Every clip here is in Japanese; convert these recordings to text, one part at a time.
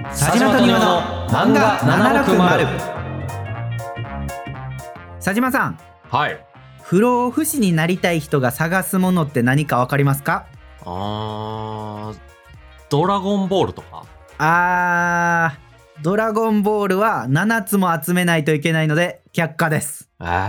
佐島と庭の漫画760。佐島さん、 はい。 不老不死になりたい人が探すものって何か分かりますか？ ドラゴンボールとか。 ドラゴンボールは7つも集めないといけないので却下です。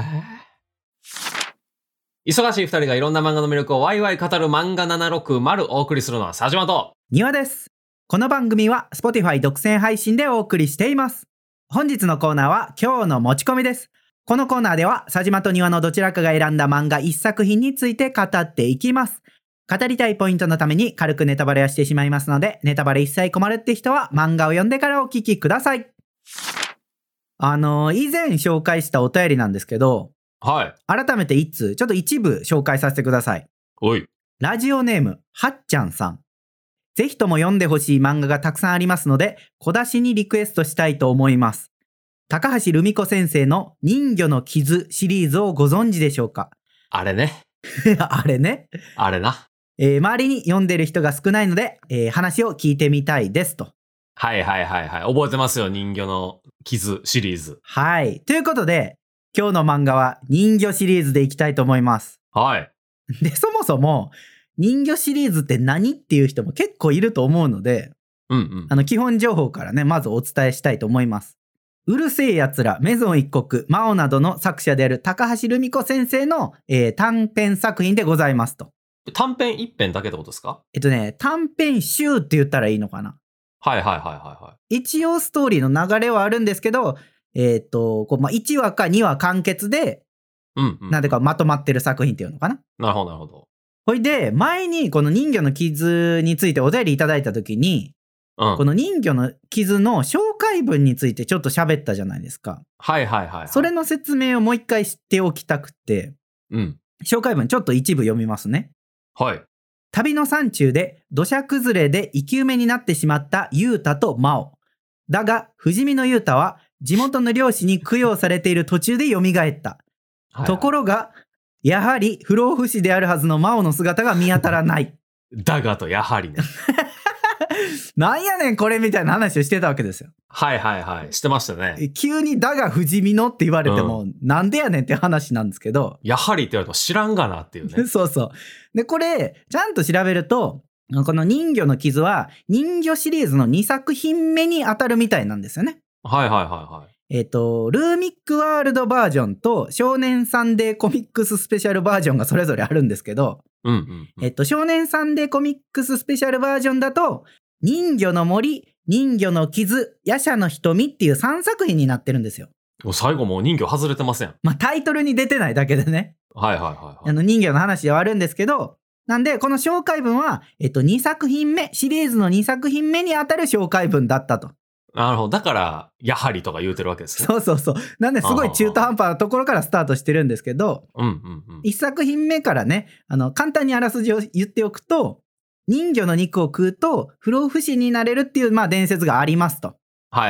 忙しい2人がいろんな漫画の魅力をワイワイ語る漫画760。お送りするのは佐島と庭です。この番組は Spotify 独占配信でお送りしています。本日のコーナーは今日の持ち込みです。このコーナーでは佐島と庭のどちらかが選んだ漫画1作品について語っていきます。語りたいポイントのために軽くネタバレはしてしまいますので、ネタバレ一切困るって人は漫画を読んでからお聞きください。以前紹介したお便りなんですけど、 はい。 改めてちょっと一部紹介させてください。 おい。 ラジオネームはっちゃんさん。ぜひとも読んでほしい漫画がたくさんありますので、小出しにリクエストしたいと思います。高橋留美子先生の人魚の傷シリーズをご存知でしょうか？ あれね。 あれね。 あれな。 周りに読んでる人が少ないので、話を聞いてみたいですと。 はい。覚えてますよ、人魚の傷シリーズ。 はい。ということで、今日の漫画は人魚シリーズでいきたいと思います。 はい。 で、そもそも人魚シリーズって何っていう人も結構いると思うので、基本情報からね、まずお伝えしたいと思います。うるせえやつら、メゾン一国、マオなどの作者である高橋留美子先生の、短編作品でございますと。 短編一編だけってことですか？ 短編集って言ったらいいのかな。 はい。 一応ストーリーの流れはあるんですけど、1話か2話完結で、なんでかまとまってる作品っていうのかな。 なるほど。 ほいで、前にこの人魚の傷についてお便りいただいたときに、この人魚の傷の紹介文についてちょっと喋ったじゃないですか。 はい。 それの説明をもう一回知っておきたくて、紹介文ちょっと一部読みますね。 はい。 旅の山中で土砂崩れで生き埋めになってしまったユータとマオ。だが、不死身のユータは地元の漁師に供養されている途中で蘇った。ところが、やはり不老不死であるはずのマオの姿が見当たらない。 だがとやはりね。 なんやねんこれみたいな話をしてたわけですよ。 はい。してましたね。 急にだが不死身のって言われても、なんでやねんって話なんですけど。 やはりって言われても知らんがなっていうね。 そう。で、これ、ちゃんと調べると、この人魚の傷は人魚シリーズの2作品目に当たるみたいなんですよね。 はい。 ルーミックワールドバージョンと少年サンデーコミックススペシャルバージョンがそれぞれあるんですけど、少年サンデーコミックススペシャルバージョンだと、人魚の森、人魚の傷、夜叉の瞳っていう3作品になってるんですよ。 最後もう人魚外れてません。 タイトルに出てないだけでね。 はい。 人魚の話ではあるんですけど、なんでこの紹介文は、2作品目、シリーズの2作品目に当たる紹介文だったと。 なるほど。だから、やはりとか言うてるわけですね。 そう。なんですごい中途半端なところからスタートしてるんですけど、1作品目からね、簡単にあらすじを言っておくと、人魚の肉を食うと不老不死になれるっていう、伝説がありますと。 はい。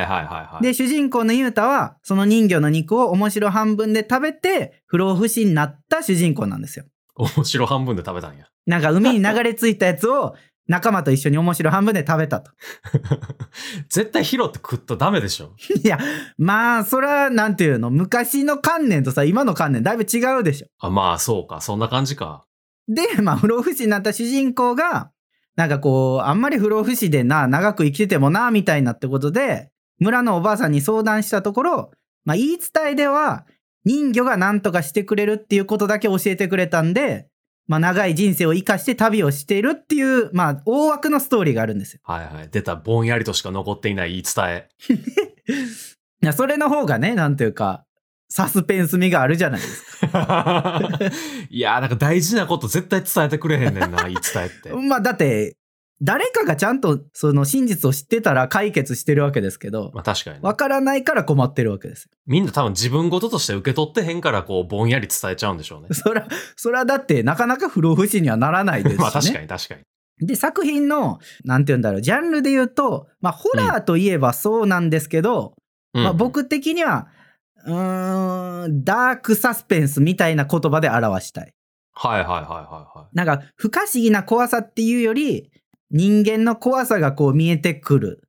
で、主人公のユータは、その人魚の肉を面白半分で食べて、不老不死になった主人公なんですよ。 面白半分で食べたんや。 なんか海に流れ着いたやつを仲間と一緒に面白半分で食べたと。 絶対拾って食ったらダメでしょ。 いや、それはなんていうの、昔の観念とさ、今の観念だいぶ違うでしょ。 そうか。そんな感じか。 で、不老不死になった主人公が、なんかあんまり不老不死で長く生きててもみたいなってことで、村のおばあさんに相談したところ、言い伝えでは、人魚が何とかしてくれるっていうことだけ教えてくれたんで、長い人生を生かして旅をしているっていう、大枠のストーリーがあるんですよ。 はい。出た、ぼんやりとしか残っていない言い伝え。 いや、それの方がね、なんていうか、サスペンス味があるじゃないですか。 いや、なんか大事なこと絶対伝えてくれへんねんな、言い伝えって。 だって、誰かがちゃんとその真実を知ってたら解決してるわけですけど、 確かにね。 わからないから困ってるわけですよ。 みんな多分自分事として受け取ってへんからぼんやり伝えちゃうんでしょうね。 そらだってなかなか不老不死にはならないですしね。 確かに。 で、作品の、なんて言うんだろう、ジャンルで言うと、ホラーといえばそうなんですけど、僕的には、ダークサスペンスみたいな言葉で表したい。 はい。 なんか、不可思議な怖さっていうより、人間の怖さが見えてくる。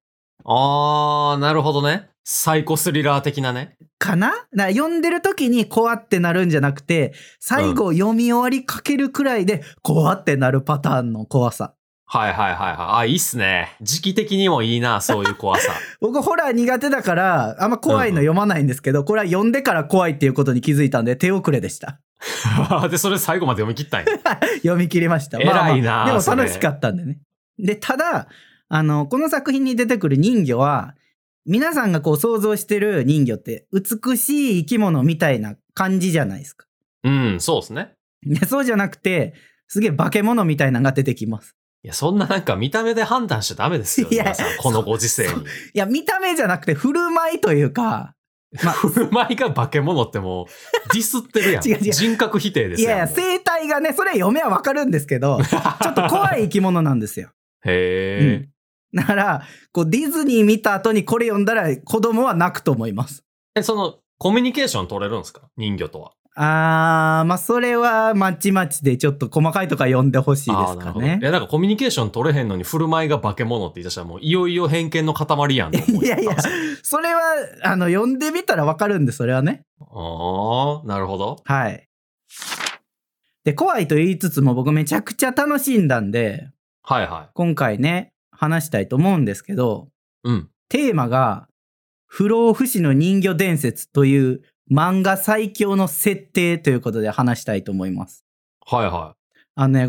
なるほどね。サイコスリラー的なね。 かな？だから読んでる時に怖ってなるんじゃなくて、最後読み終わりかけるくらいで怖ってなるパターンの怖さ。 はいはいはいはい。いいっすね。時期的にもいいな、そういう怖さ。 僕ホラー苦手だからあんま怖いの読まないんですけど、これは読んでから怖いっていうことに気づいたんで手遅れでした。 で、それ最後まで読み切ったんや。 読み切りました。 偉いな、 でも楽しかったんでね。で、ただ、この作品に出てくる人魚は、皆さんがこう想像してる人魚って美しい生き物みたいな感じじゃないですか。 うん、そうですね。 で、そうじゃなくて、すげえ化け物みたいなのが出てきます。 いや、そんななんか見た目で判断しちゃダメですよ。皆さん、このご時世に。 いや、見た目じゃなくて振る舞いというか、 振る舞いが化け物ってもうディスってるやん。 違う違う人格否定ですよ。 いやいや、生態がね、それ読めはわかるんですけど、ちょっと怖い生き物なんですよ。 へー。 だから、こうディズニー見た後にこれ読んだら子供は泣くと思います。 その、コミュニケーション取れるんですか？人魚とは。 それはまちまちでちょっと細かいとか読んでほしいですかね。 いや、なんかコミュニケーション取れへんのに振る舞いが化け物って言い出したらもういよいよ偏見の塊やんと思いやいや、それは、読んでみたらわかるんで、それはね。 なるほど。 はい。で、怖いと言いつつも僕めちゃくちゃ楽しんだんで、 はいはい。 今回ね、話したいと思うんですけど、テーマが、不老不死の人魚伝説という漫画最強の設定ということで話したいと思います。 はいはい。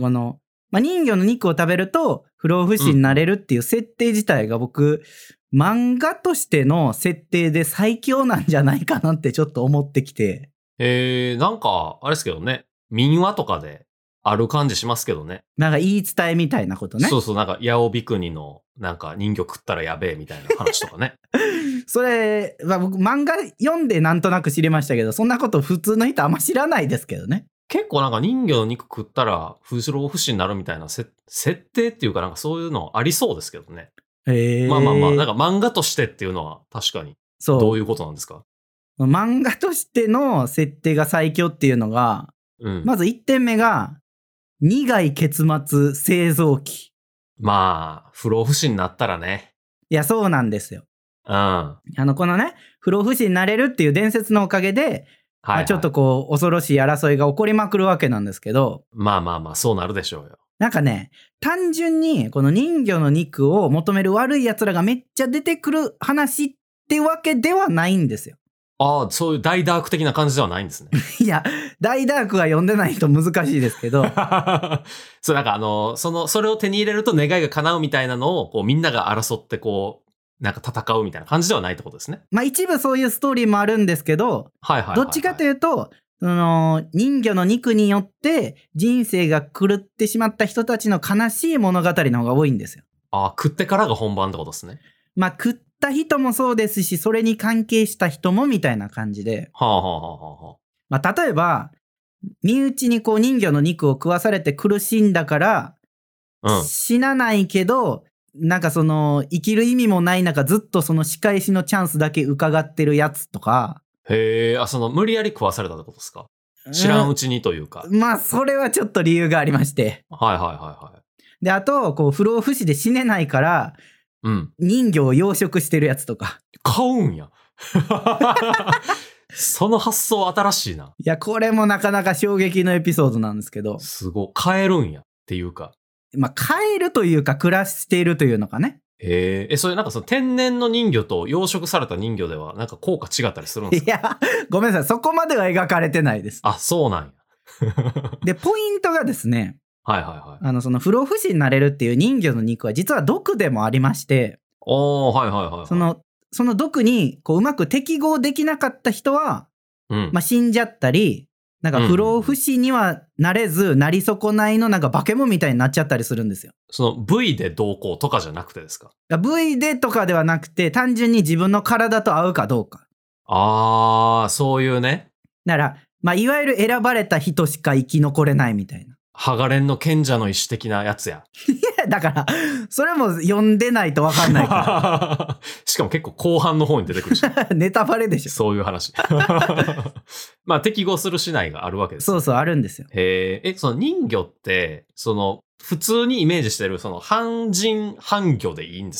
この、人魚の肉を食べると不老不死になれるっていう設定自体が僕、漫画としての設定で最強なんじゃないかなってちょっと思ってきて。 なんか、あれですけどね、民話とかである感じしますけどね。 なんか言い伝えみたいなことね。 そうそう、なんか、八尾ビクニの、なんか人魚食ったらやべえみたいな話とかね。 それは僕漫画読んでなんとなく知りましたけど、そんなこと普通の人あんま知らないですけどね。 結構なんか人魚の肉食ったら不老不死になるみたいな設定っていうかなんかそういうのありそうですけどね。まあ、なんか漫画としてっていうのは確かに。どういうことなんですか？ 漫画としての設定が最強っていうのが、まず1点目が、苦い結末製造機。 まあ、不老不死になったらね。 いや、そうなんですよ。このね、不老不死になれるっていう伝説のおかげで、ちょっとこう、恐ろしい争いが起こりまくるわけなんですけど。 まあ、そうなるでしょうよ。 なんかね、単純にこの人魚の肉を求める悪い奴らがめっちゃ出てくる話ってわけではないんですよ。 そういう大ダーク的な感じではないんですね。 いや、大ダークは読んでない人難しいですけど。 そう、なんかそれを手に入れると願いが叶うみたいなのを、こうみんなが争ってこう、なんか戦うみたいな感じではないってことですね。 一部そういうストーリーもあるんですけど、どっちかというと、人魚の肉によって人生が狂ってしまった人たちの悲しい物語の方が多いんですよ。 食ってからが本番ってことですね。 食った人もそうですし、それに関係した人もみたいな感じで。例えば、身内にこう人魚の肉を食わされて苦しんだから、死なないけど、なんかその生きる意味もない中ずっとその仕返しのチャンスだけ伺ってるやつとか。 無理やり食わされたってことですか？知らんうちにというか。 それはちょっと理由がありまして。で、あと、こう不老不死で死ねないから、人魚を養殖してるやつとか。 買うんや。その発想新しいな。 いや、これもなかなか衝撃のエピソードなんですけど。 すごい。買えるんやっていうか。 買えるというか暮らしているというのかね。 それなんかその天然の人魚と養殖された人魚ではなんか効果違ったりするんですか？ いや、ごめんなさい。そこまでは描かれてないです。 そうなんや。 で、ポイントがですね。その不老不死になれるっていう人魚の肉は実は毒でもありまして。その毒にこううまく適合できなかった人は、死んじゃったり、なんか不老不死にはなれず、なり損ないのなんか化け物みたいになっちゃったりするんですよ。 その V でどうこうとかじゃなくてですか？ V でとかではなくて、単純に自分の体と合うかどうか。 そういうね。 だから、いわゆる選ばれた人しか生き残れないみたいな。 ハガレンの賢者の石的なやつや。 いや、だから、それも読んでないと分かんないから。 しかも結構後半の方に出てくるし。 ネタバレでしょ。 そういう話。適合するしないがあるわけです。 そうそう、あるんですよ。 その人魚って、普通にイメージしてる、半人半魚でいいんですか？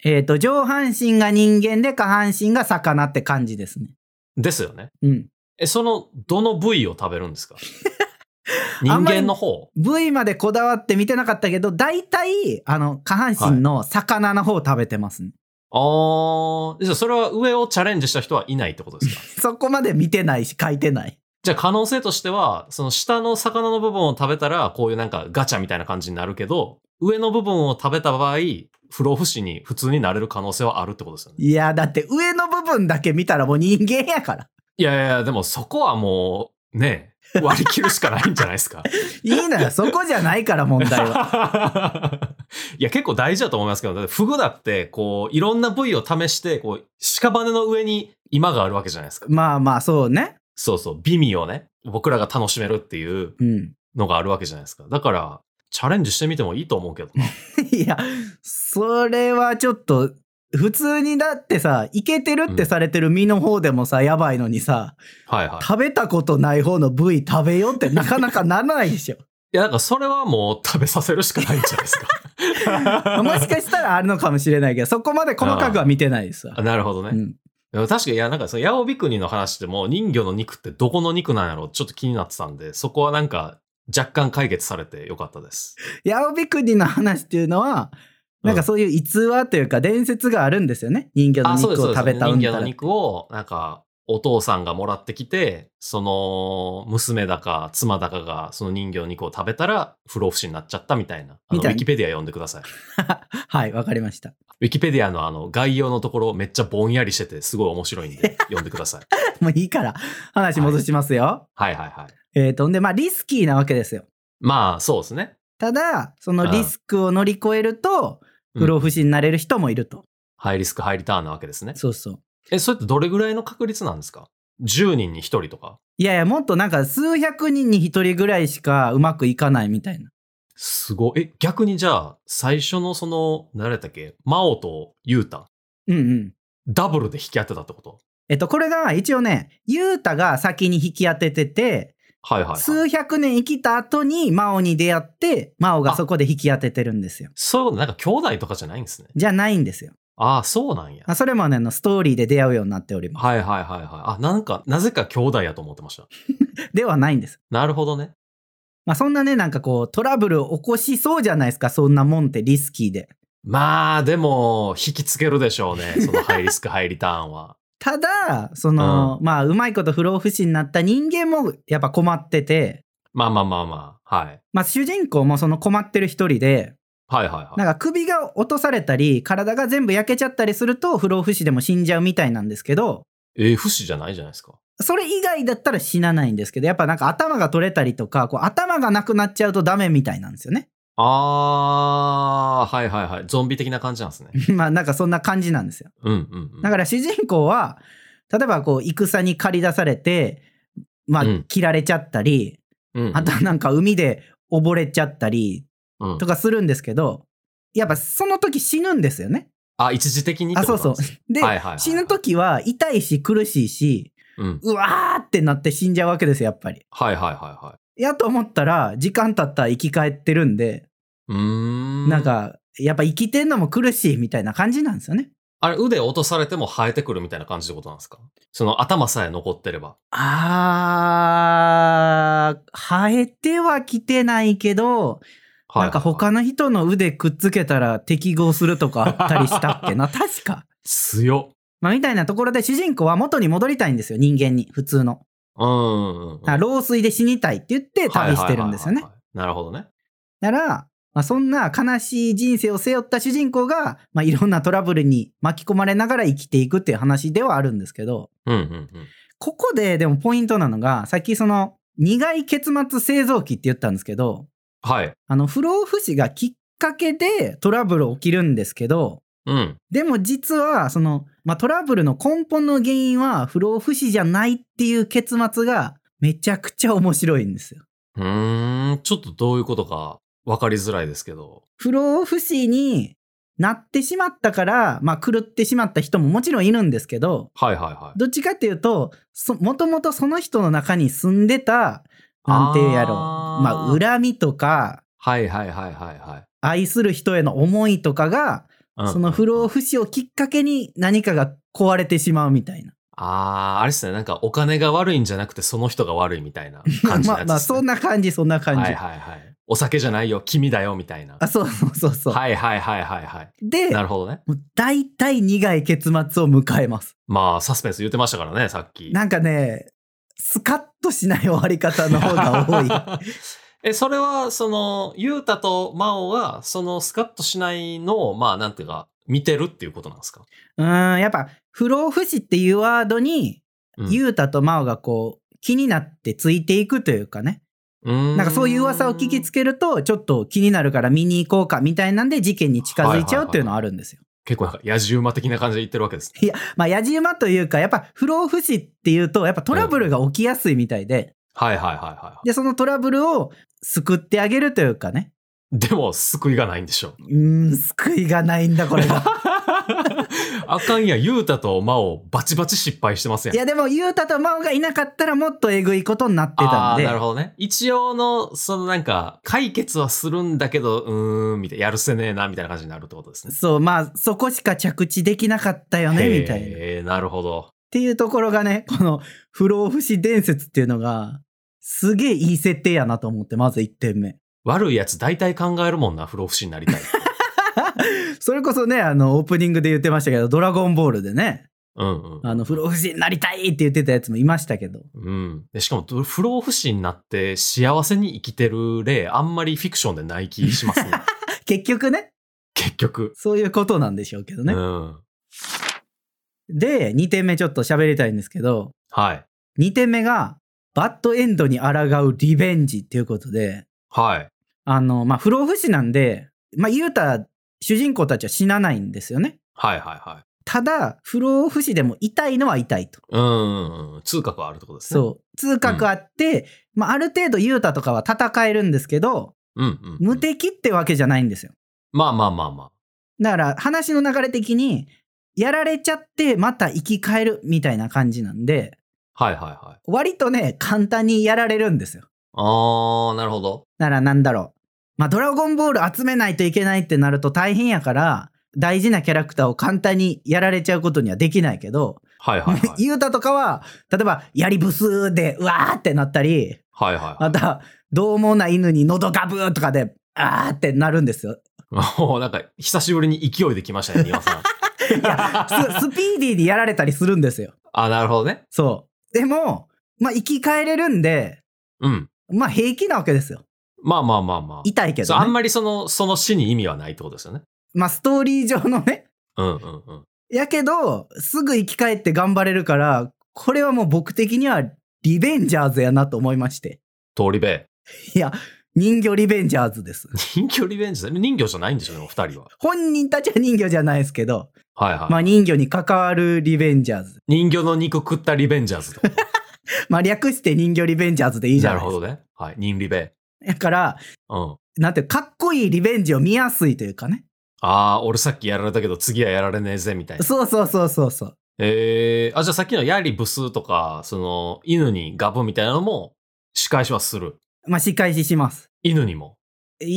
上半身が人間で下半身が魚って感じですね。 ですよね。 うん。 どの部位を食べるんですか？人間の方？ 部位までこだわって見てなかったけど、大体、下半身の魚の方を食べてますね。 はい、じゃあそれは上をチャレンジした人はいないってことですか？ そこまで見てないし書いてない。 じゃあ可能性としては、その下の魚の部分を食べたら、こういうなんかガチャみたいな感じになるけど、上の部分を食べた場合、不老不死に普通になれる可能性はあるってことですよね。 いや、だって上の部分だけ見たらもう人間やから。 いや、でもそこはもう、ね、割り切るしかないんじゃないですか。 いいのよ、そこじゃないから問題は。 いや、結構大事だと思いますけど、だってフグだって、こう、いろんな部位を試して、こう、屍の上に今があるわけじゃないですか。 まあまあ、そうね。 そう、美味をね、僕らが楽しめるっていうのがあるわけじゃないですか。だから、チャレンジしてみてもいいと思うけどな。 いや、それはちょっと、普通にだってさ、イケてるってされてる身の方でもさ、やばいのにさ、 はいはい。 食べたことない方の部位食べようってなかなかならないでしょ。 いや、なんかそれはもう食べさせるしかないんじゃないですか。 もしかしたらあるのかもしれないけど、そこまで細かくは見てないですわ。 なるほどね。でも確かに、いや、なんかその、ヤオビクニの話でも、人魚の肉ってどこの肉なんやろうちょっと気になってたんで、そこはなんか、若干解決されてよかったです。 ヤオビクニの話っていうのは、なんかそういう逸話というか伝説があるんですよね。人魚の肉を食べた人魚の肉を、なんか、お父さんがもらってきて、その、娘だか妻だかがその人魚の肉を食べたら、不老不死になっちゃったみたいな。ウィキペディア読んでください。 はい、わかりました。 ウィキペディアの概要のところめっちゃぼんやりしてて、すごい面白いんで、読んでください。 もういいから、話戻しますよ。 はい。 で、まあ、リスキーなわけですよ。 まあ、そうですね。 ただ、そのリスクを乗り越えると、不老不死になれる人もいると。 ハイリスク、ハイリターンなわけですね。 そう。 それってどれぐらいの確率なんですか？ 10 人に1人とか？ いや、もっとなんか数百人に1人ぐらいしかうまくいかないみたいな。 すごい。逆にじゃあ、最初のその、誰だっけ？マオとユータ。ダブルで引き当てたってこと？ これが一応ね、ユータが先に引き当ててて、数百年生きた後にマオに出会って、マオがそこで引き当ててるんですよ。 そういうこと、なんか兄弟とかじゃないんですね。 じゃないんですよ。 ああ、そうなんや。 それもね、ストーリーで出会うようになっております。 はい。あ、なんか、なぜか兄弟やと思ってました。 ではないんです。 なるほどね。 まあそんなね、なんかこう、トラブルを起こしそうじゃないですか、そんなもんってリスキーで。 まあ、でも、引きつけるでしょうね。そのハイリスク、ハイリターンは。 ただ、まあ、うまいこと不老不死になった人間もやっぱ困ってて。 まあ。はい。 まあ、主人公もその困ってる一人で。 はい。 なんか首が落とされたり、体が全部焼けちゃったりすると不老不死でも死んじゃうみたいなんですけど。 不死じゃないじゃないですか。 それ以外だったら死なないんですけど、やっぱなんか頭が取れたりとか、こう頭がなくなっちゃうとダメみたいなんですよね。 はい。ゾンビ的な感じなんですね。 まあなんかそんな感じなんですよ。だから主人公は、例えばこう戦に駆り出されて、まあ切られちゃったり、あとなんか海で溺れちゃったりとかするんですけど、やっぱその時死ぬんですよね。 一時的にってことなんですね。 そう。で、死ぬ時は痛いし苦しいし、うわーってなって死んじゃうわけですよ、やっぱり。 はい。 やと思ったら、時間経ったら生き返ってるんで、なんか、やっぱ生きてんのも苦しいみたいな感じなんですよね。 あれ、腕落とされても生えてくるみたいな感じってことなんですか？その頭さえ残ってれば。 生えてはきてないけど、なんか他の人の腕くっつけたら適合するとかあったりしたっけな、確か。 強っ。 まあ、みたいなところで主人公は元に戻りたいんですよ、人間に、普通の。老衰で死にたいって言って旅してるんですよね。 なるほどね。 だから、まあ、そんな悲しい人生を背負った主人公が、まあ、いろんなトラブルに巻き込まれながら生きていくっていう話ではあるんですけど、ここででもポイントなのが、さっきその苦い結末製造機って言ったんですけど、不老不死がきっかけでトラブル起きるんですけど、でも実はトラブルの根本の原因は不老不死じゃないっていう結末がめちゃくちゃ面白いんですよ。 ちょっとどういうことか分かりづらいですけど。 不老不死になってしまったから、まあ狂ってしまった人ももちろんいるんですけど、どっちかっていうと、もともとその人の中に住んでた、なんていうやろう、まあ恨みとか、愛する人への思いとかが、 その不老不死をきっかけに何かが壊れてしまうみたいな。 あれですね。なんかお金が悪いんじゃなくてその人が悪いみたいな感じのやつですね。 まあそんな感じ。はいはいはい。お酒じゃないよ、君だよみたいな。 そう。 はい。 で、 なるほどね。 大体苦い結末を迎えます。 まあサスペンス言ってましたからね、さっき。 なんかね、スカッとしない終わり方の方が多い。 それは、ユータとマオが、そのスカッとしないのを、まあ、なんていうか、見てるっていうことなんですか？ やっぱ、不老不死っていうワードに、ユータとマオがこう、気になってついていくというかね。なんかそういう噂を聞きつけると、ちょっと気になるから見に行こうかみたいなんで事件に近づいちゃうっていうのはあるんですよ。 結構なんか、野じ馬的な感じで言ってるわけですね。 いや、まあ、野じ馬というか、やっぱ不老不死っていうと、やっぱトラブルが起きやすいみたいで。で、そのトラブルを救ってあげるというかね。 でも、救いがないんでしょ。 救いがないんだ、これが。 あかんや、ユータとマオバチバチ失敗してますやん。 いや、でもユータとマオがいなかったらもっとえぐいことになってたんで。 なるほどね。一応の、なんか、解決はするんだけど、みたいな、やるせねえな、みたいな感じになるってことですね。 そう、まあ、そこしか着地できなかったよね、みたいなるほど。 っていうところがね、この不老不死伝説っていうのが、すげえいい設定やなと思って、まず1点目。 悪いやつ大体考えるもんな、不老不死になりたい。 それこそね、オープニングで言ってましたけど、ドラゴンボールでね、不老不死になりたいって言ってたやつもいましたけど。 でしかも、不老不死になって幸せに生きてる例、あんまりフィクションでない気しますね。 結局ね。そういうことなんでしょうけどね。で、2点目ちょっと喋りたいんですけど、2点目が、バッドエンドに抗うリベンジっていうことで、まあ、不老不死なんで、まあ、言うたら、主人公たちは死なないんですよね。ただ、不老不死でも痛いのは痛いと。 痛覚はあるってことですね。 そう。痛覚あって、まあ、ある程度ユータとかは戦えるんですけど、無敵ってわけじゃないんですよ。 まあ。 だから、話の流れ的に、やられちゃってまた生き返るみたいな感じなんで、割とね、簡単にやられるんですよ。 なるほど。 だからなんだろう。まあ、ドラゴンボール集めないといけないってなると大変やから、大事なキャラクターを簡単にやられちゃうことにはできないけど、ユータとかは、例えば、槍ブスで、うわーってなったり、また、どうもない犬に喉ガブーとかで、あーってなるんですよ。 なんか、久しぶりに勢いできましたね、庭さん。 いや、スピーディーにやられたりするんですよ。 なるほどね。 そう。でも、まあ、生き返れるんで、まあ、平気なわけですよ。 まあ。 痛いけどね。 あんまりその死に意味はないってことですよね。 まあ、ストーリー上のね。やけど、すぐ生き返って頑張れるから、これはもう僕的にはリベンジャーズやなと思いまして。 通り部。 いや、人魚リベンジャーズです。 人魚リベンジャーズ？人魚じゃないんでしょうね、二人は。 本人たちは人魚じゃないですけど、まあ人魚に関わるリベンジャーズ。 人魚の肉食ったリベンジャーズと。 まあ略して人魚リベンジャーズでいいじゃないですか。 なるほどね。人リベ。 だから、なんてかっこいいリベンジを見やすいというかね。 俺さっきやられたけど次はやられねえぜみたいな。 そう。 じゃあさっきのヤリブスとか、犬にガブみたいなのも仕返しはする。 まあ仕返しします。 犬にも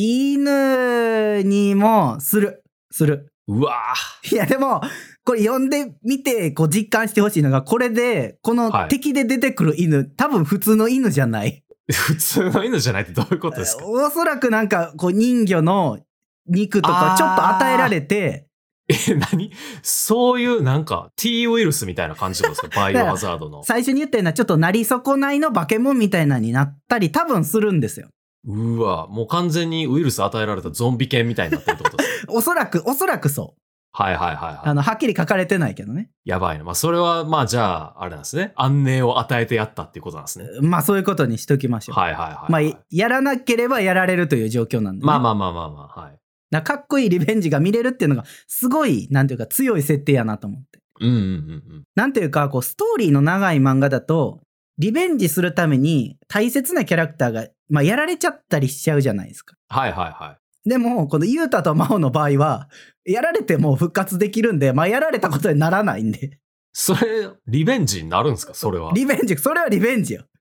する。 うわいやでも、これ読んでみてこう実感してほしいのが、これで、この敵で出てくる犬、多分普通の犬じゃない。 普通の犬じゃないってどういうことですか？ おそらくなんかこう人魚の肉とかちょっと与えられて、 何？そういうなんか T ウイルスみたいな感じですか？バイオハザードの。 最初に言ったようなちょっとなり損ないの化け物みたいなになったり多分するんですよ。 うわ、もう完全にウイルス与えられたゾンビ犬みたいになってるってことですか？おそらくそう。 はっきり書かれてないけどね。 やばいな。まあそれはまあじゃあ、あれなんですね。安寧を与えてやったっていうことなんですね。 まあそういうことにしときましょう。まあやらなければやられるという状況なんでね。 まあ。 かっこいいリベンジが見れるっていうのがすごい、なんていうか強い設定やなと思って。なんていうか、こうストーリーの長い漫画だと、リベンジするために大切なキャラクターが、まあ、やられちゃったりしちゃうじゃないですか。でも、このユータとマオの場合は、やられても復活できるんで、まあ、やられたことにならないんで。 それ、リベンジになるんですか？それは。 それはリベンジよ。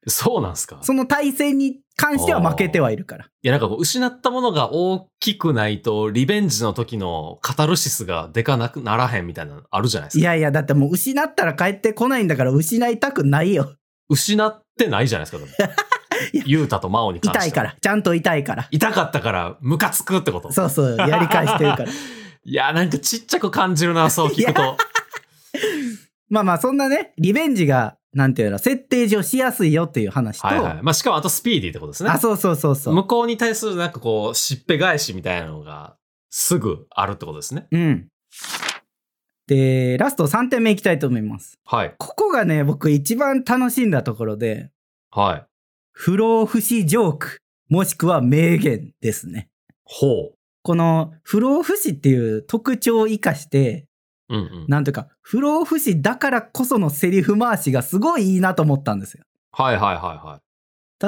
そうなんすか。 その対戦に関しては負けてはいるから。いや、なんかこう、失ったものが大きくないと、リベンジの時のカタルシスがでかなくならへんみたいなのあるじゃないですか。 いやいや、だってもう失ったら帰ってこないんだから失いたくないよ。 失ってないじゃないですか。ユータとマオに関しては。 痛いから。ちゃんと痛いから。 痛かったから、ムカつくってこと。 そうそう、やり返してるから。 いや、なんかちっちゃく感じるな、そう聞くと。 まあまあ、そんなね、リベンジが、なんていうの、設定上しやすいよっていう話と。 はいはい。まあ、しかもあとスピーディーってことですね。 あ、そうそうそうそう。 向こうに対するなんかこう、しっぺ返しみたいなのが、すぐあるってことですね。 うん。で、ラスト3点目いきたいと思います。 はい。 ここがね、僕一番楽しんだところで。 はい。 不老不死ジョーク、もしくは名言ですね。 ほう。 この不老不死っていう特徴を生かして、なんていうか、不老不死だからこそのセリフ回しがすごいいいなと思ったんですよ。 はいはいはいはい。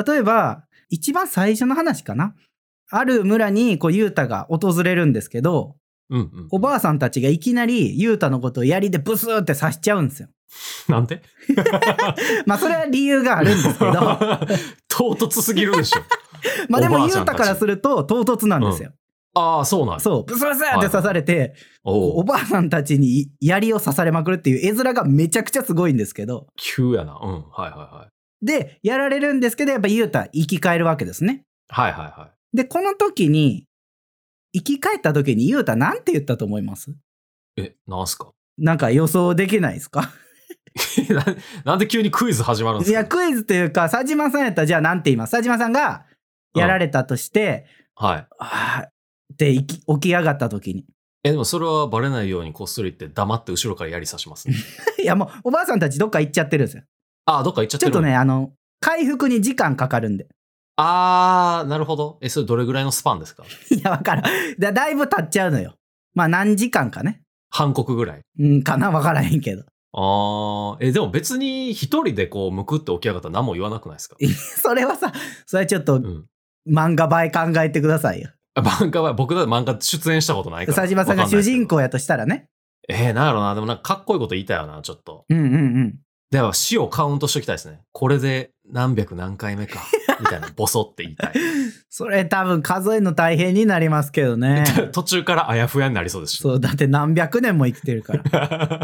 例えば、一番最初の話かな。ある村にこうユータが訪れるんですけど、おばあさんたちがいきなりユータのことを槍でブスーって刺しちゃうんですよ。 なんでまあそれは理由があるんですけど。 唐突すぎるでしょ。 まあでもユータからすると唐突なんですよ。 ああ、そうなんそう、ブスブスって刺されて、おばあさんたちに槍を刺されまくるっていう絵面がめちゃくちゃすごいんですけど。 急やな。はいはいはい。 で、やられるんですけど、やっぱユータ生き返るわけですね。 はいはいはい。 で、この時に、生き返った時にユータなんて言ったと思います？ なんすか？ なんか予想できないですか？ なんで急にクイズ始まるんですか？ いや、クイズというか、佐島さんやったらじゃあなんて言います？佐島さんがやられたとして、 はい。 で起き上がった時に。 でもそれはバレないようにこっそりって黙って後ろから槍刺しますね。 いやもうおばあさんたちどっか行っちゃってるんですよ。 どっか行っちゃってる。 ちょっとね、回復に時間かかるんで。 なるほど。それどれぐらいのスパンですか？ いや、わからん。だいぶ経っちゃうのよ。まあ何時間かね。 半刻ぐらい。 かな、わからへんけど。 でも別に一人でこうむくって起き上がったら何も言わなくないですか？ それはさ、それはちょっと、漫画映え考えてくださいよ。 漫画は僕だって漫画出演したことないから。 佐島さんが主人公やとしたらね。 なんやろな。でもなんかかっこいいこと言いたいよな、ちょっと。では死をカウントしときたいですね。これで何百何回目か。みたいなボソって言いたい。 それ多分数えるの大変になりますけどね。 途中からあやふやになりそうですし。 そう、だって何百年も生きてるから。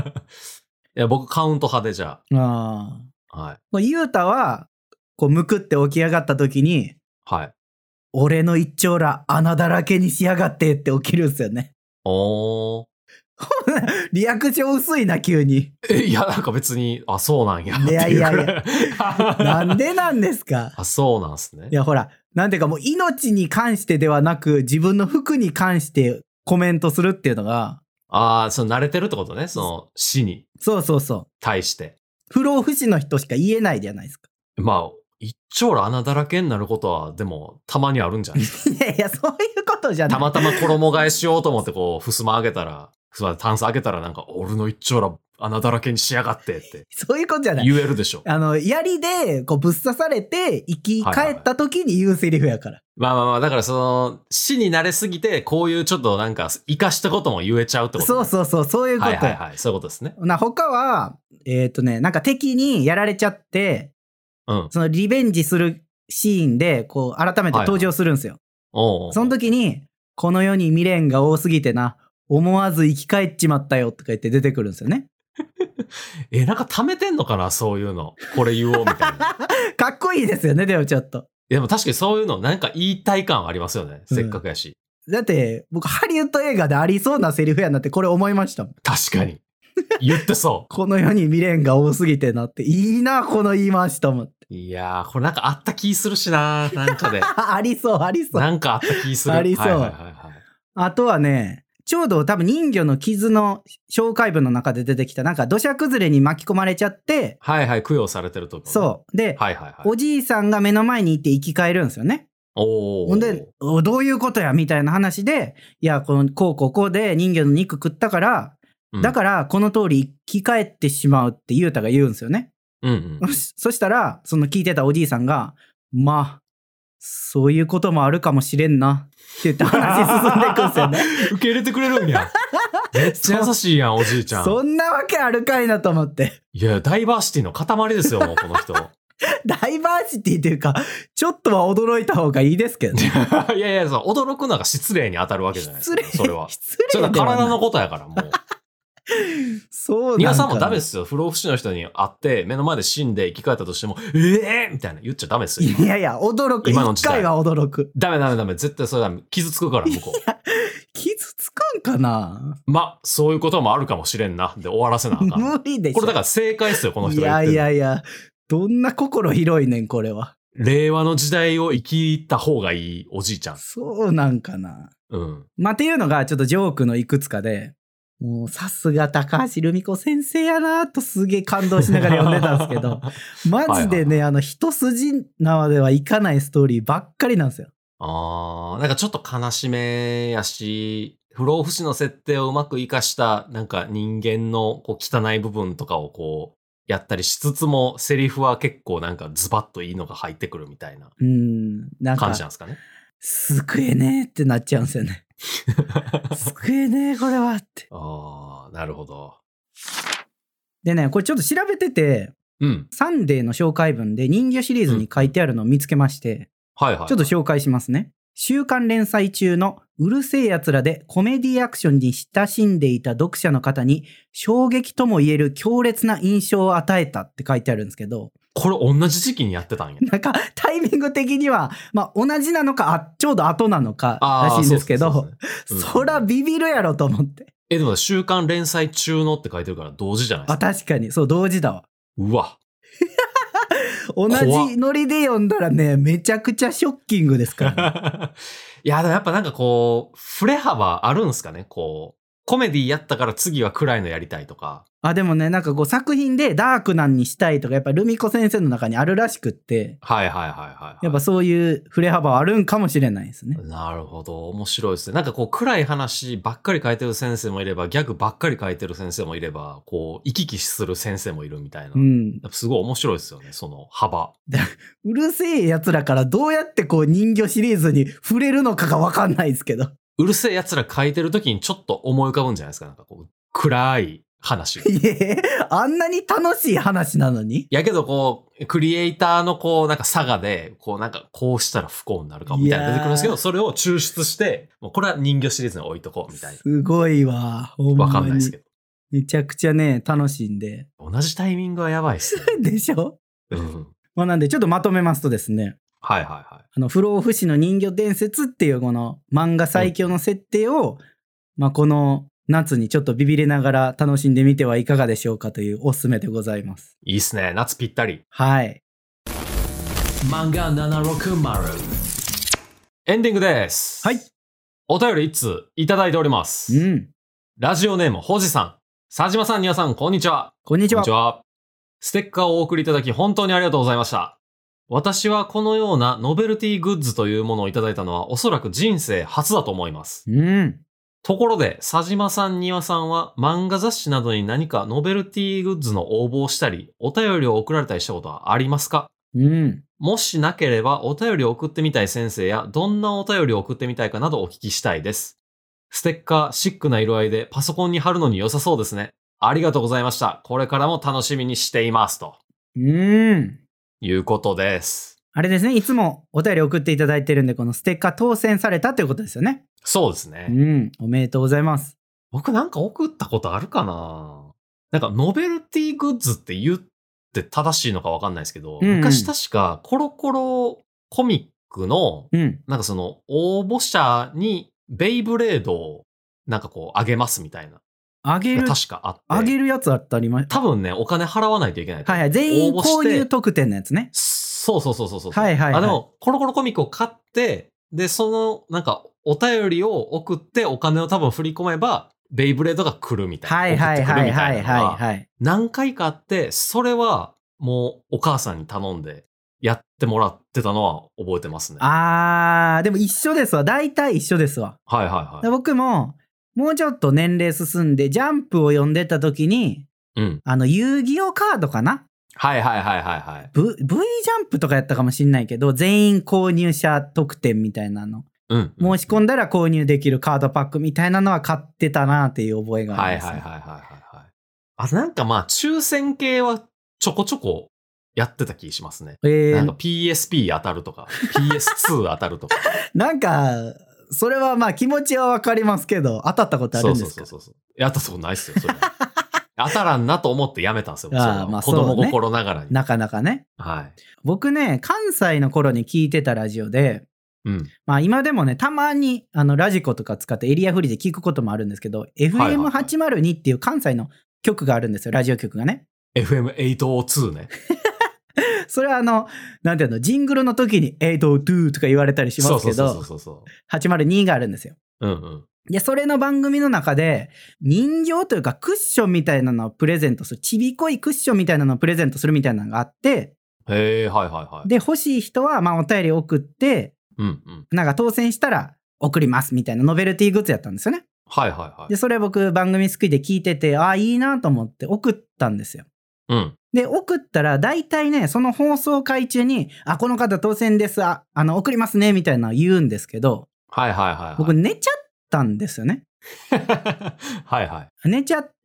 いや、僕カウント派でじゃあ。 はい。 ユータは、こう、むくって起き上がった時に、 はい。 俺の一丁ら穴だらけにしやがってって起きるんですよね。リアクション薄いな、急に。 いや、なんか別に、そうなんや。 いやいやいや。なんでなんですか？ そうなんすね。 いや、ほら、なんていうかもう命に関してではなく、自分の服に関してコメントするっていうのが。 慣れてるってことね、その死に。 そうそうそう。 対して。 不老不死の人しか言えないじゃないですか。 まあ、一丁ら穴だらけになることは、でも、たまにあるんじゃないですか。 いやいや、そういうことじゃない。 たまたま衣替えしようと思って、こう、襖開けたら、タンス開けたらなんか、俺の一丁ら穴だらけにしやがってって。 そういうことじゃない。 言えるでしょ。 槍で、こう、ぶっ刺されて、生き返った時に言うセリフやから。 まあ、だから死に慣れすぎて、こういうちょっとなんか、生かしたことも言えちゃうってこと、ね、 そう、そういうこと。 はい、そういうことですね。 他は、なんか敵にやられちゃって、そのリベンジするシーンで、こう、改めて登場するんですよ。その時に、この世に未練が多すぎてな、思わず生き返っちまったよとか言って出てくるんですよね。 なんか貯めてんのかな、そういうの。これ言おうみたいな。 かっこいいですよね、でもちょっと。 でも確かにそういうの、なんか言いたい感ありますよね。せっかくやし。 だって、僕、ハリウッド映画でありそうなセリフやなってこれ思いましたもん。 確かに。言ってそう。 この世に未練が多すぎてなって、いいな、この言い回しと思って。 いやー、これなんかあった気するしな、なんかで。 ありそう。 なんかあった気する。 ありそう。あとはね、ちょうど多分人魚の傷の紹介文の中で出てきた、なんか土砂崩れに巻き込まれちゃって。 供養されてるとこ、ね。 そう。で、おじいさんが目の前にいて生き返るんですよね。ほんで、どういうことやみたいな話で、いや、こうで人魚の肉食ったから、だからこの通り生き返ってしまうってユータが言うんですよね。そしたら、その聞いてたおじいさんが、まあ、そういうこともあるかもしれんなって言って話進んでいくんですよね。 受け入れてくれるんや。めっちゃ優しいやん、おじいちゃん。 そんなわけあるかいなと思って。 いや、ダイバーシティの塊ですよ、もうこの人。 ダイバーシティというか、ちょっとは驚いた方がいいですけどね。 いやいや、驚くのが失礼に当たるわけじゃないですか。それは。 失礼それは体のことやから、もう。 そうなんかな。 庭さんもダメですよ。不老不死の人に会って、目の前で死んで生き返ったとしても、みたいな言っちゃダメですよ。 いやいや、驚く。 今の時代一回は驚く。 ダメ。絶対それダメ。傷つくから、向こう。 傷つくんかな。 そういうこともあるかもしれんな。で、終わらせなあかん。 無理でしょ。 これだから正解ですよ、この人が言ってる。 いや。どんな心広いねん、これは。 令和の時代を生きた方がいいおじいちゃん。 そうなんかな。 うん。 っていうのが、ちょっとジョークのいくつかで、もうさすが高橋留美子先生やなとすげえ感動しながら読んでたんですけど、マジでね、一筋縄ではいかないストーリーばっかりなんですよ。 なんかちょっと悲しめやし、不老不死の設定をうまく活かした、なんか人間のこう汚い部分とかをこう、やったりしつつも、セリフは結構なんかズバッといいのが入ってくるみたいな感じなんですかね。 救えねえってなっちゃうんですよね。救えねえこれはって。 なるほど。 でね、これちょっと調べてて、サンデーの紹介文で人魚シリーズに書いてあるのを見つけまして、ちょっと紹介しますね。週刊連載中のうるせえ奴らでコメディアクションに親しんでいた読者の方に衝撃とも言える強烈な印象を与えたって書いてあるんですけど、 これ同じ時期にやってたんや。 なんかタイミング的には、同じなのかちょうど後なのからしいんですけど、そらビビるやろと思って。 でも週刊連載中のって書いてるから同時じゃないですか。 確かに、そう同時だわ。 うわ。 同じノリで読んだらね、めちゃくちゃショッキングですからね。 いや、でもやっぱなんかこう、振れ幅あるんすかね、こう。コメディやったから次は暗いのやりたいとか。 でもね、なんかこう作品でダークなんにしたいとか、やっぱルミ子先生の中にあるらしくって。 はい。 やっぱそういう振れ幅はあるんかもしれないですね。 なるほど。面白いですね。なんかこう暗い話ばっかり書いてる先生もいれば、ギャグばっかり書いてる先生もいれば、こう、行き来する先生もいるみたいな。やっぱすごい面白いですよね、その幅。 うるせえ奴らからどうやってこう人魚シリーズに触れるのかがわかんないですけど。 うるせえ奴ら書いてる時にちょっと思い浮かぶんじゃないですか。なんかこう、暗い話。 あんなに楽しい話なのに？ やけどこう、クリエイターのこう、なんか差がで、こうなんかこうしたら不幸になるかもみたいな出てくるんですけど、それを抽出して、もうこれは人魚シリーズに置いとこうみたいな。 すごいわ。ほんまに。 わかんないですけど。 めちゃくちゃね、楽しいんで。 同じタイミングはやばいっすね。 でしょ？なんでちょっとまとめますとですね。 はい。 不老不死の人魚伝説っていうこの漫画最強の設定を、この夏にちょっとビビりながら楽しんでみてはいかがでしょうかというおすすめでございます。 いいっすね。夏ぴったり。 はい。 漫画760。エンディングです。 はい。 お便り1通いただいております。ラジオネーム、ほじさん。佐島さん、にわさん、こんにちは。 こんにちは。 ステッカーをお送りいただき本当にありがとうございました。私はこのようなノベルティグッズというものをいただいたのはおそらく人生初だと思います。ところで、佐島さん、にわさんは漫画雑誌などに何かノベルティグッズの応募をしたり、お便りを送られたりしたことはありますか？もしなければお便りを送ってみたい先生やどんなお便りを送ってみたいかなどお聞きしたいです。ステッカーシックな色合いでパソコンに貼るのに良さそうですね。ありがとうございました。これからも楽しみにしていますと。いうことです。 あれですね。いつもお便り送っていただいてるんで、このステッカー当選されたということですよね。 そうですね。 おめでとうございます。 僕なんか送ったことあるかな？なんかノベルティグッズって言って正しいのかわかんないですけど、昔確かコロコロコミックの、なんかその応募者にベイブレードをなんかこうあげますみたいな。 あげる確かあって。 あげるやつあったり多分ね、お金払わないといけない。 全員購入特典のやつね。 そう。でも、コロコロコミックを買って、で、その、なんか、お便りを送ってお金を多分振り込めば、ベイブレードが来るみたいな。送ってくるみたいなのが何回かあって、それはもうお母さんに頼んでやってもらってたのは覚えてますね。 でも一緒ですわ。大体一緒ですわ。僕も、もうちょっと年齢進んで、ジャンプを読んでた時に、遊戯王カードかな？V ジャンプとかやったかもしんないけど、全員購入者特典みたいなの。申し込んだら購入できるカードパックみたいなのは買ってたなっていう覚えがあります。 なんかまあ、抽選系はちょこちょこやってた気しますね。なんか PSP 当たるとか、PS2 当たるとか。 なんか、それはまあ気持ちはわかりますけど、当たったことあるんですか？ そう。やったことないっすよ、それ。当たらんなと思ってやめたんですよ。 まあ子供心ながらに。 なかなかね。 はい。 僕ね、関西の頃に聞いてたラジオで、まあ今でもね、たまにラジコとか使ってエリアフリーで聞くこともあるんていう FM802 っていう関西の曲があるんですよ、ラジオ局がね。 FM802 ね。 それはなんていうの、ジングルの時に802とか言われたりしますけど、802があるんですよ。で、それの番組の中で、人形というかクッションみたいなのをプレゼントする、ちびこいクッションみたいなのをプレゼントするみたいなのがあって、で、欲しい人はまあお便り送って、なんか当選したら送りますみたいなノベルティグッズやったんですよね。で、それ僕番組好きで聞いてて、いいなと思って送ったんですよ。で、送ったら大体ね、その放送回中に、この方当選です、送りますねみたいなの言うんですけど、僕寝ちゃったんですよね。寝ちゃって、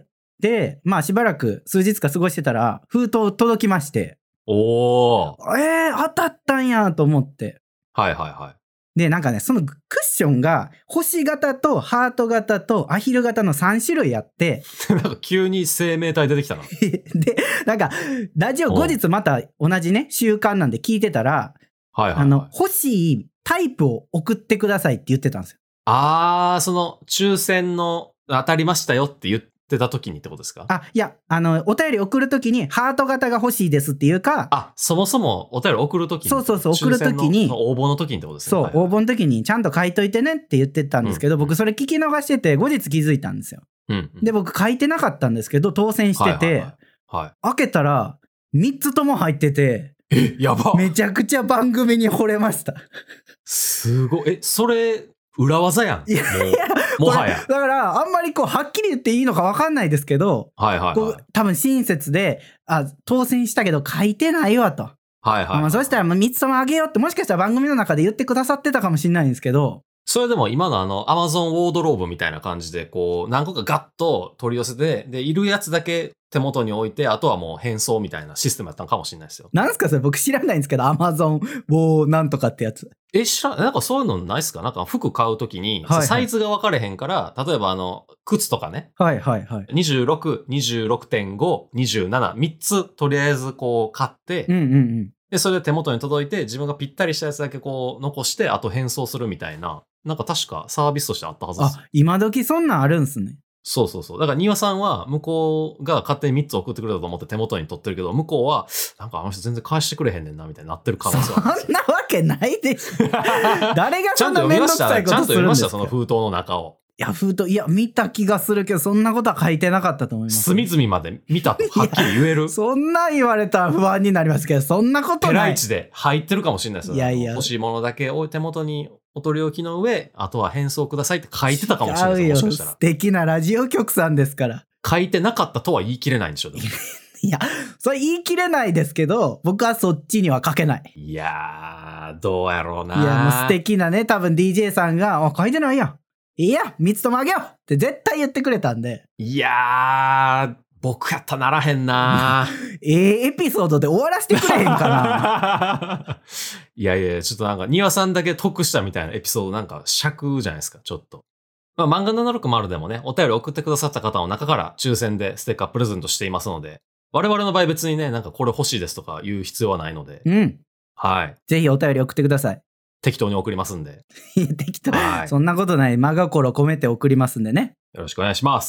で、まあしばらく数日か過ごしてたら、封筒届きまして、当たったんやと思って。で、なんかね、そのクッションが星型とハート型とアヒル型の3種類あって、 なんか急に生命体出てきたな。 で、なんかラジオ後日また同じね習慣なんで聞いてたら、欲しいタイプを送ってくださいって言ってたんですよ。 その抽選の当たりましたよって言ってた時にってことですか？ いや、お便り送る時にハート型が欲しいですっていうか、 そもそもお便り送る時に、 そう送る時に、 応募の時にってことですね。 応募の時にちゃんと書いといてねって言ってたんですけど、僕それ聞き逃してて後日気づいたんですよ。で、僕書いてなかったんですけど当選してて、開けたら3つとも入ってて、 やば。 めちゃくちゃ番組に惚れました。 すごい。それ裏技やん。もはや。 だからあんまりはっきり言っていいのか分かんないですけど、多分親切で、当選したけど書いてないわと。そしたら3つともあげようって、もしかしたら番組の中で言ってくださってたかもしれないんですけど、 それでも今のAmazon ウォードローブみたいな感じで、何個かガッと取り寄せて、で、いるやつだけ手元に置いて、あとはもう変装みたいなシステムやったのかもしれないですよ。 なんすかそれ？僕知らないんですけど、Amazon ウォーなんとかってやつ。 なんかそういうのないっすか？なんか服買うときに、サイズが分かれへんから、例えば靴とかね。26、26.5、27、3つとりあえず買って、で、それで手元に届いて、自分がぴったりしたやつだけ残して、あと変装するみたいな、なんか確かサービスとしてあったはずです。 今時そんなんあるんすね。 そう。だから庭さんは向こうが勝手に3つ送ってくれたと思って手元に取ってるけど、向こうはなんかあの人全然返してくれへんねんなみたいになってる可能性はある。 そんなわけないでしょ。誰がそんなめんどくさいことするんですか？ちゃんと読みましたその封筒の中を。 見た気がするけど、そんなことは書いてなかったと思います。 隅々まで見たとはっきり言える。 そんな言われたら不安になりますけど、そんなことない。 ペライチで入ってるかもしれないですよ。欲しいものだけ手元にお取り置きの上、あとは変装くださいって書いてたかもしれないです。もしかしたら。 素敵なラジオ局さんですから。 書いてなかったとは言い切れないんでしょ。 いや、それ言い切れないですけど、僕はそっちには書けない。 いやー、どうやろうな。 いや、もう素敵なね、多分 DJ さんが、書いてないやん。いや、3つともあげようって絶対言ってくれたんで。 いやー、僕やったらならへんな。 エピソードで終わらせてくれへんかな。 いや、ちょっとなんか、庭さんだけ得したみたいなエピソードなんか尺じゃないですか、ちょっと。漫画760でもね、お便り送ってくださった方の中から抽選でステッカープレゼントしていますので、我々の場合別にね、なんかこれ欲しいですとか言う必要はないので。はい。 ぜひお便り送ってください。 適当に送りますんで。 適当、そんなことない。真心込めて送りますんでね。 よろしくお願いします。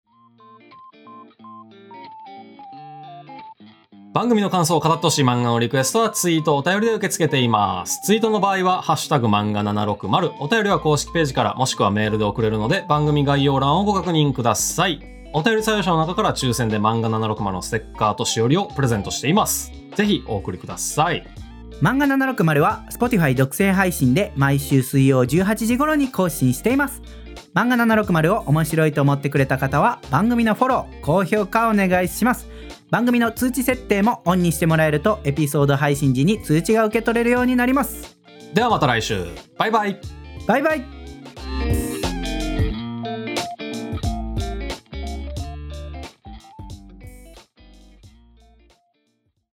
番組の感想を語ってほしい漫画のリクエストはツイートお便りで受け付けています。ツイートの場合はハッシュタグ漫画760、お便りは公式ページからもしくはメールで送れるので番組概要欄をご確認ください。お便り採用者の中から抽選で漫画760のステッカーとしおりをプレゼントしています。ぜひお送りください。 漫画760は Spotify 独占配信で毎週水曜18時頃に更新しています。漫画760を面白いと思ってくれた方は番組のフォロー、高評価お願いします。番組の通知設定もオンにしてもらえるとエピソード配信時に通知が受け取れるようになります。 ではまた来週。バイバイ。 バイバイ。